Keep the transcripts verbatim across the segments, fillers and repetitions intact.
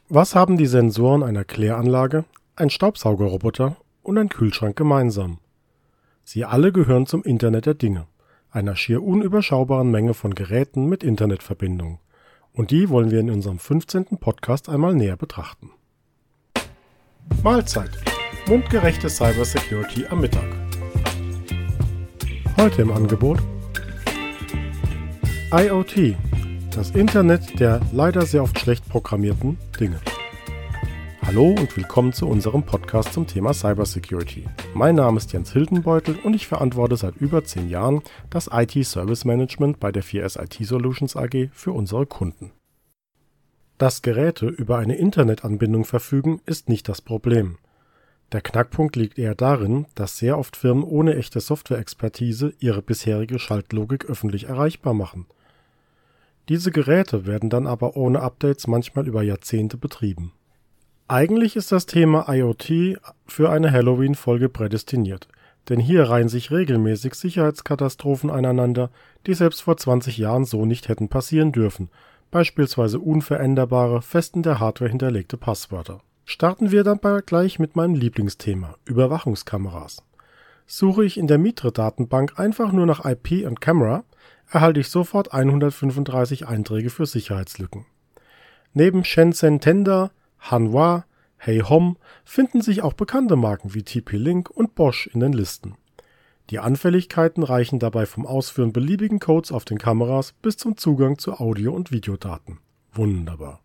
Was haben die Sensoren einer Kläranlage, ein Staubsaugerroboter und ein Kühlschrank gemeinsam? Sie alle gehören zum Internet der Dinge, einer schier unüberschaubaren Menge von Geräten mit Internetverbindung. Und die wollen wir in unserem fünfzehnten Podcast einmal näher betrachten. Mahlzeit! Mundgerechte Cybersecurity am Mittag. Heute im Angebot IoT, das Internet der leider sehr oft schlecht programmierten Dinge. Hallo und willkommen zu unserem Podcast zum Thema Cybersecurity. Mein Name ist Jens Hildenbeutel und ich verantworte seit über zehn Jahren das I T-Service Management bei der vier S I T Solutions A G für unsere Kunden. Dass Geräte über eine Internetanbindung verfügen, ist nicht das Problem. Der Knackpunkt liegt eher darin, dass sehr oft Firmen ohne echte Software-Expertise ihre bisherige Schaltlogik öffentlich erreichbar machen. Diese Geräte werden dann aber ohne Updates manchmal über Jahrzehnte betrieben. Eigentlich ist das Thema IoT für eine Halloween-Folge prädestiniert, denn hier reihen sich regelmäßig Sicherheitskatastrophen aneinander, die selbst vor zwanzig Jahren so nicht hätten passieren dürfen, beispielsweise unveränderbare, fest in der Hardware hinterlegte Passwörter. Starten wir dann gleich mit meinem Lieblingsthema, Überwachungskameras. Suche ich in der Mitre-Datenbank einfach nur nach I P und Camera, erhalte ich sofort hundertfünfunddreißig Einträge für Sicherheitslücken. Neben Shenzhen Tenda, Hanwha, Hey-Hom finden sich auch bekannte Marken wie T P-Link und Bosch in den Listen. Die Anfälligkeiten reichen dabei vom Ausführen beliebigen Codes auf den Kameras bis zum Zugang zu Audio- und Videodaten. Wunderbar.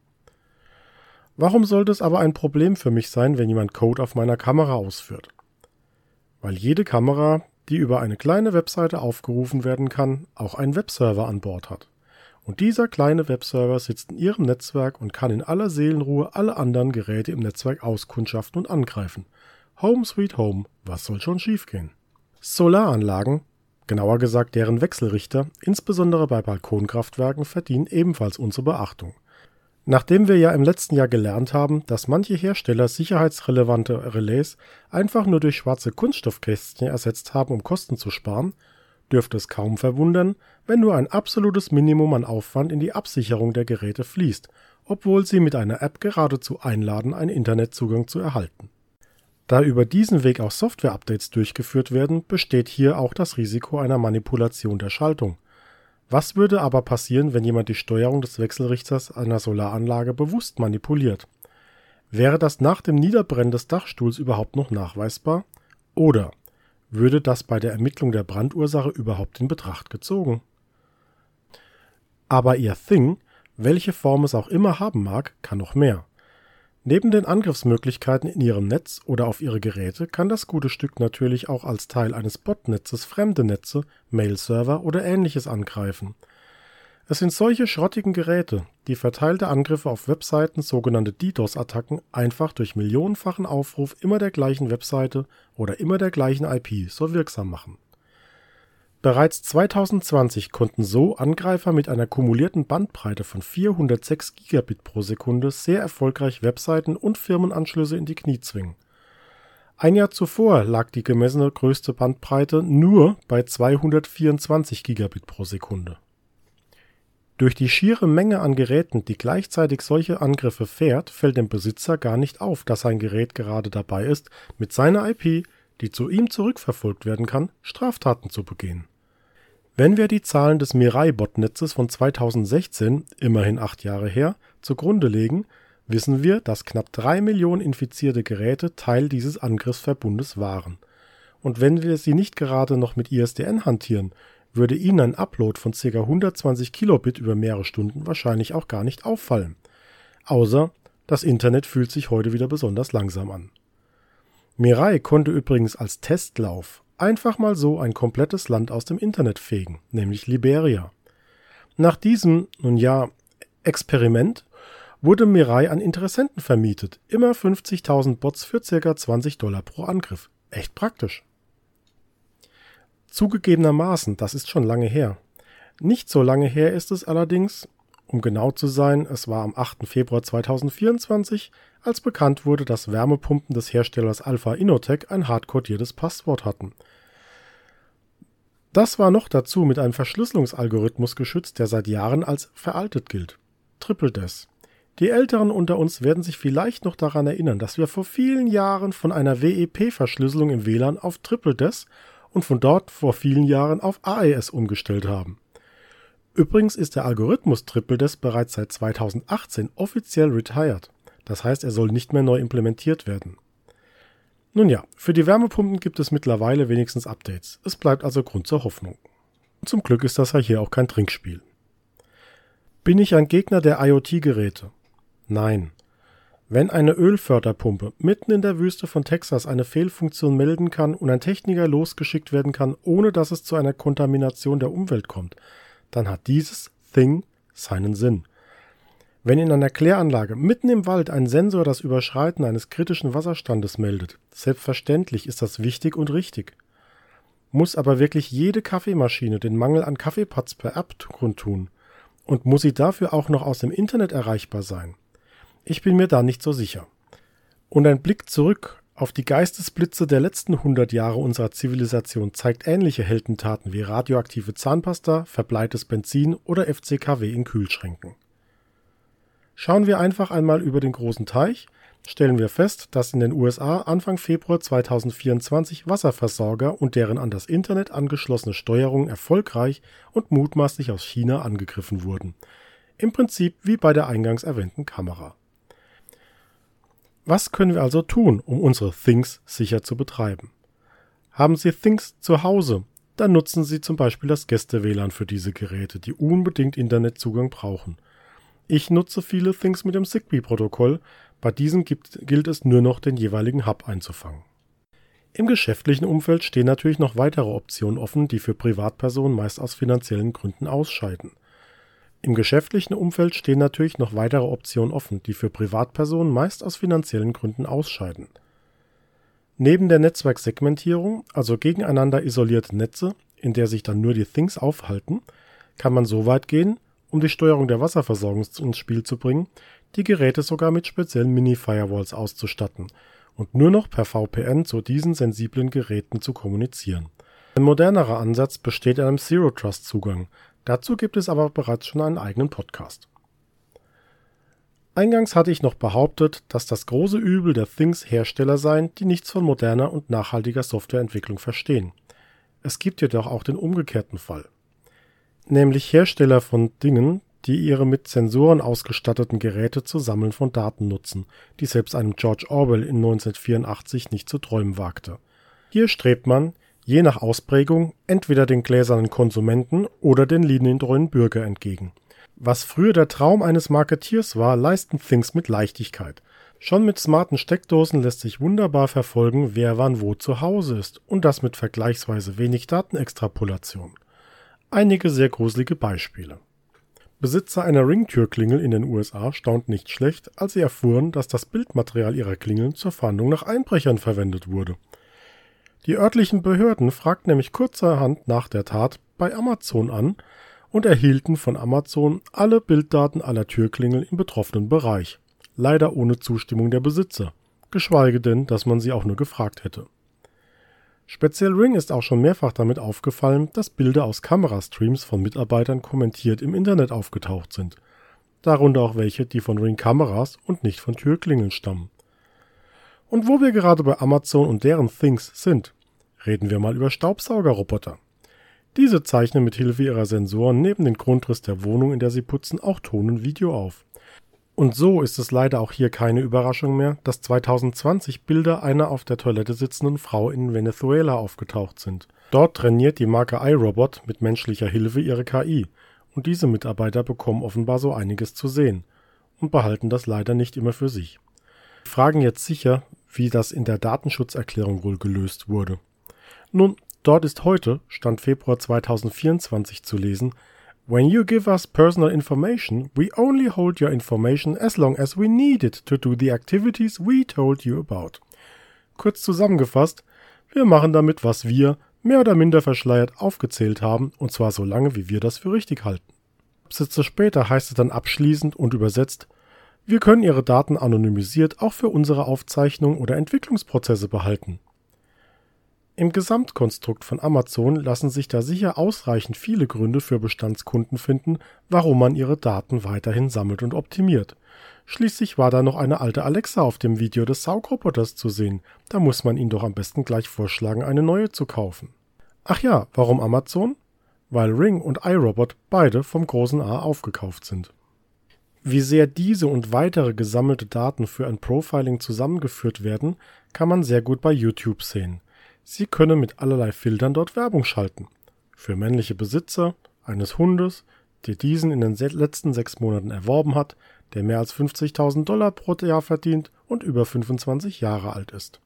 Warum sollte es aber ein Problem für mich sein, wenn jemand Code auf meiner Kamera ausführt? Weil jede Kamera, die über eine kleine Webseite aufgerufen werden kann, auch einen Webserver an Bord hat. Und dieser kleine Webserver sitzt in Ihrem Netzwerk und kann in aller Seelenruhe alle anderen Geräte im Netzwerk auskundschaften und angreifen. Home sweet home, was soll schon schiefgehen? Solaranlagen, genauer gesagt deren Wechselrichter, insbesondere bei Balkonkraftwerken, verdienen ebenfalls unsere Beachtung. Nachdem wir ja im letzten Jahr gelernt haben, dass manche Hersteller sicherheitsrelevante Relais einfach nur durch schwarze Kunststoffkästchen ersetzt haben, um Kosten zu sparen, dürfte es kaum verwundern, wenn nur ein absolutes Minimum an Aufwand in die Absicherung der Geräte fließt, obwohl sie mit einer App geradezu einladen, einen Internetzugang zu erhalten. Da über diesen Weg auch Software-Updates durchgeführt werden, besteht hier auch das Risiko einer Manipulation der Schaltung. Was würde aber passieren, wenn jemand die Steuerung des Wechselrichters einer Solaranlage bewusst manipuliert? Wäre das nach dem Niederbrennen des Dachstuhls überhaupt noch nachweisbar? Oder würde das bei der Ermittlung der Brandursache überhaupt in Betracht gezogen? Aber Ihr Thing, welche Form es auch immer haben mag, kann noch mehr. Neben den Angriffsmöglichkeiten in Ihrem Netz oder auf Ihre Geräte kann das gute Stück natürlich auch als Teil eines Botnetzes fremde Netze, Mail-Server oder ähnliches angreifen. Es sind solche schrottigen Geräte, die verteilte Angriffe auf Webseiten, sogenannte DDoS-Attacken, einfach durch millionenfachen Aufruf immer der gleichen Webseite oder immer der gleichen I P so wirksam machen. Bereits zweitausendzwanzig konnten so Angreifer mit einer kumulierten Bandbreite von vierhundertsechs Gigabit pro Sekunde sehr erfolgreich Webseiten und Firmenanschlüsse in die Knie zwingen. Ein Jahr zuvor lag die gemessene größte Bandbreite nur bei zweihundertvierundzwanzig Gigabit pro Sekunde. Durch die schiere Menge an Geräten, die gleichzeitig solche Angriffe fährt, fällt dem Besitzer gar nicht auf, dass sein Gerät gerade dabei ist, mit seiner I P, die zu ihm zurückverfolgt werden kann, Straftaten zu begehen. Wenn wir die Zahlen des Mirai-Botnetzes von zweitausendsechzehn, immerhin acht Jahre her, zugrunde legen, wissen wir, dass knapp drei Millionen infizierte Geräte Teil dieses Angriffsverbundes waren. Und wenn wir sie nicht gerade noch mit I S D N hantieren, würde Ihnen ein Upload von ca. hundertzwanzig Kilobit über mehrere Stunden wahrscheinlich auch gar nicht auffallen. Außer, das Internet fühlt sich heute wieder besonders langsam an. Mirai konnte übrigens als Testlauf einfach mal so ein komplettes Land aus dem Internet fegen, nämlich Liberia. Nach diesem, nun ja, Experiment wurde Mirai an Interessenten vermietet, immer fünfzigtausend Bots für ca. zwanzig Dollar pro Angriff. Echt praktisch. Zugegebenermaßen, das ist schon lange her. Nicht so lange her ist es allerdings, um genau zu sein, es war am achten Februar zweitausendvierundzwanzig, als bekannt wurde, dass Wärmepumpen des Herstellers Alpha Innotec ein hardcodiertes Passwort hatten. Das war noch dazu mit einem Verschlüsselungsalgorithmus geschützt, der seit Jahren als veraltet gilt. Triple D E S. Die Älteren unter uns werden sich vielleicht noch daran erinnern, dass wir vor vielen Jahren von einer W E P-Verschlüsselung im W L A N auf Triple D E S und von dort vor vielen Jahren auf A E S umgestellt haben. Übrigens ist der Algorithmus Triple D E S bereits seit zweitausendachtzehn offiziell retired. Das heißt, er soll nicht mehr neu implementiert werden. Nun ja, für die Wärmepumpen gibt es mittlerweile wenigstens Updates. Es bleibt also Grund zur Hoffnung. Und zum Glück ist das ja hier auch kein Trinkspiel. Bin ich ein Gegner der IoT-Geräte? Nein. Wenn eine Ölförderpumpe mitten in der Wüste von Texas eine Fehlfunktion melden kann und ein Techniker losgeschickt werden kann, ohne dass es zu einer Kontamination der Umwelt kommt, dann hat dieses Thing seinen Sinn. Wenn in einer Kläranlage mitten im Wald ein Sensor das Überschreiten eines kritischen Wasserstandes meldet, selbstverständlich ist das wichtig und richtig. Muss aber wirklich jede Kaffeemaschine den Mangel an Kaffeepads per App kundtun? Und muss sie dafür auch noch aus dem Internet erreichbar sein? Ich bin mir da nicht so sicher. Und ein Blick zurück auf die Geistesblitze der letzten hundert Jahre unserer Zivilisation zeigt ähnliche Heldentaten wie radioaktive Zahnpasta, verbleites Benzin oder F C K W in Kühlschränken. Schauen wir einfach einmal über den großen Teich, stellen wir fest, dass in den U S A Anfang Februar zweitausendvierundzwanzig Wasserversorger und deren an das Internet angeschlossene Steuerungen erfolgreich und mutmaßlich aus China angegriffen wurden. Im Prinzip wie bei der eingangs erwähnten Kamera. Was können wir also tun, um unsere Things sicher zu betreiben? Haben Sie Things zu Hause? Dann nutzen Sie zum Beispiel das Gäste-W L A N für diese Geräte, die unbedingt Internetzugang brauchen. Ich nutze viele Things mit dem Zigbee-Protokoll, bei diesen gibt, gilt es nur noch, den jeweiligen Hub einzufangen. Im geschäftlichen Umfeld stehen natürlich noch weitere Optionen offen, die für Privatpersonen meist aus finanziellen Gründen ausscheiden. Im geschäftlichen Umfeld stehen natürlich noch weitere Optionen offen, die für Privatpersonen meist aus finanziellen Gründen ausscheiden. Neben der Netzwerksegmentierung, also gegeneinander isolierte Netze, in der sich dann nur die Things aufhalten, kann man so weit gehen, um die Steuerung der Wasserversorgung ins Spiel zu bringen, die Geräte sogar mit speziellen Mini-Firewalls auszustatten und nur noch per V P N zu diesen sensiblen Geräten zu kommunizieren. Ein modernerer Ansatz besteht in einem Zero-Trust-Zugang. Dazu gibt es aber bereits schon einen eigenen Podcast. Eingangs hatte ich noch behauptet, dass das große Übel der Things Hersteller seien, die nichts von moderner und nachhaltiger Softwareentwicklung verstehen. Es gibt jedoch auch den umgekehrten Fall. Nämlich Hersteller von Dingen, die ihre mit Sensoren ausgestatteten Geräte zum Sammeln von Daten nutzen, die selbst einem George Orwell in neunzehnhundertvierundachtzig nicht zu träumen wagte. Hier strebt man, je nach Ausprägung, entweder den gläsernen Konsumenten oder den linientreuen Bürger entgegen. Was früher der Traum eines Marketeers war, leisten Things mit Leichtigkeit. Schon mit smarten Steckdosen lässt sich wunderbar verfolgen, wer wann wo zu Hause ist, und das mit vergleichsweise wenig Datenextrapolation. Einige sehr gruselige Beispiele. Besitzer einer Ringtürklingel in den U S A staunten nicht schlecht, als sie erfuhren, dass das Bildmaterial ihrer Klingeln zur Fahndung nach Einbrechern verwendet wurde. Die örtlichen Behörden fragten nämlich kurzerhand nach der Tat bei Amazon an und erhielten von Amazon alle Bilddaten aller Türklingel im betroffenen Bereich, leider ohne Zustimmung der Besitzer, geschweige denn, dass man sie auch nur gefragt hätte. Speziell Ring ist auch schon mehrfach damit aufgefallen, dass Bilder aus Kamerastreams von Mitarbeitern kommentiert im Internet aufgetaucht sind, darunter auch welche, die von Ring-Kameras und nicht von Türklingeln stammen. Und wo wir gerade bei Amazon und deren Things sind, reden wir mal über Staubsaugerroboter. Diese zeichnen mit Hilfe ihrer Sensoren neben den Grundriss der Wohnung, in der sie putzen, auch Ton und Video auf. Und so ist es leider auch hier keine Überraschung mehr, dass zweitausendzwanzig Bilder einer auf der Toilette sitzenden Frau in Venezuela aufgetaucht sind. Dort trainiert die Marke iRobot mit menschlicher Hilfe ihre K I und diese Mitarbeiter bekommen offenbar so einiges zu sehen und behalten das leider nicht immer für sich. Wir fragen jetzt sicher, wie das in der Datenschutzerklärung wohl gelöst wurde. Nun, dort ist heute, Stand Februar zweitausendvierundzwanzig, zu lesen: When you give us personal information, we only hold your information as long as we need it to do the activities we told you about. Kurz zusammengefasst, wir machen damit, was wir, mehr oder minder verschleiert, aufgezählt haben, und zwar so lange, wie wir das für richtig halten. Absätze später heißt es dann abschließend und übersetzt: Wir können Ihre Daten anonymisiert auch für unsere Aufzeichnungen oder Entwicklungsprozesse behalten. Im Gesamtkonstrukt von Amazon lassen sich da sicher ausreichend viele Gründe für Bestandskunden finden, warum man ihre Daten weiterhin sammelt und optimiert. Schließlich war da noch eine alte Alexa auf dem Video des Saugroboters zu sehen. Da muss man ihn doch am besten gleich vorschlagen, eine neue zu kaufen. Ach ja, warum Amazon? Weil Ring und iRobot beide vom großen A aufgekauft sind. Wie sehr diese und weitere gesammelte Daten für ein Profiling zusammengeführt werden, kann man sehr gut bei YouTube sehen. Sie können mit allerlei Filtern dort Werbung schalten. Für männliche Besitzer eines Hundes, der diesen in den letzten sechs Monaten erworben hat, der mehr als fünfzigtausend Dollar pro Jahr verdient und über fünfundzwanzig Jahre alt ist.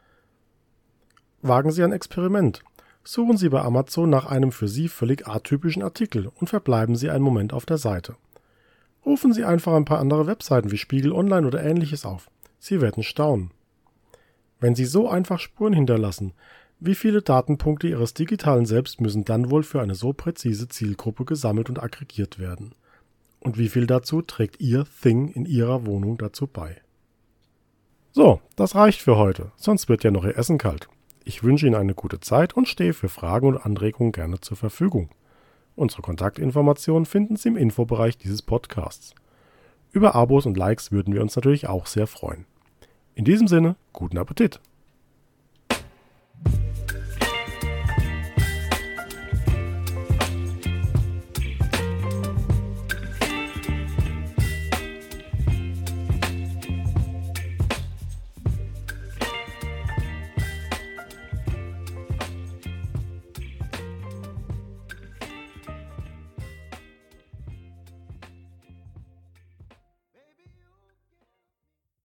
Wagen Sie ein Experiment. Suchen Sie bei Amazon nach einem für Sie völlig atypischen Artikel und verbleiben Sie einen Moment auf der Seite. Rufen Sie einfach ein paar andere Webseiten wie Spiegel Online oder ähnliches auf. Sie werden staunen. Wenn Sie so einfach Spuren hinterlassen, wie viele Datenpunkte Ihres digitalen Selbst müssen dann wohl für eine so präzise Zielgruppe gesammelt und aggregiert werden? Und wie viel dazu trägt Ihr Thing in Ihrer Wohnung dazu bei? So, das reicht für heute, sonst wird ja noch Ihr Essen kalt. Ich wünsche Ihnen eine gute Zeit und stehe für Fragen und Anregungen gerne zur Verfügung. Unsere Kontaktinformationen finden Sie im Infobereich dieses Podcasts. Über Abos und Likes würden wir uns natürlich auch sehr freuen. In diesem Sinne, guten Appetit!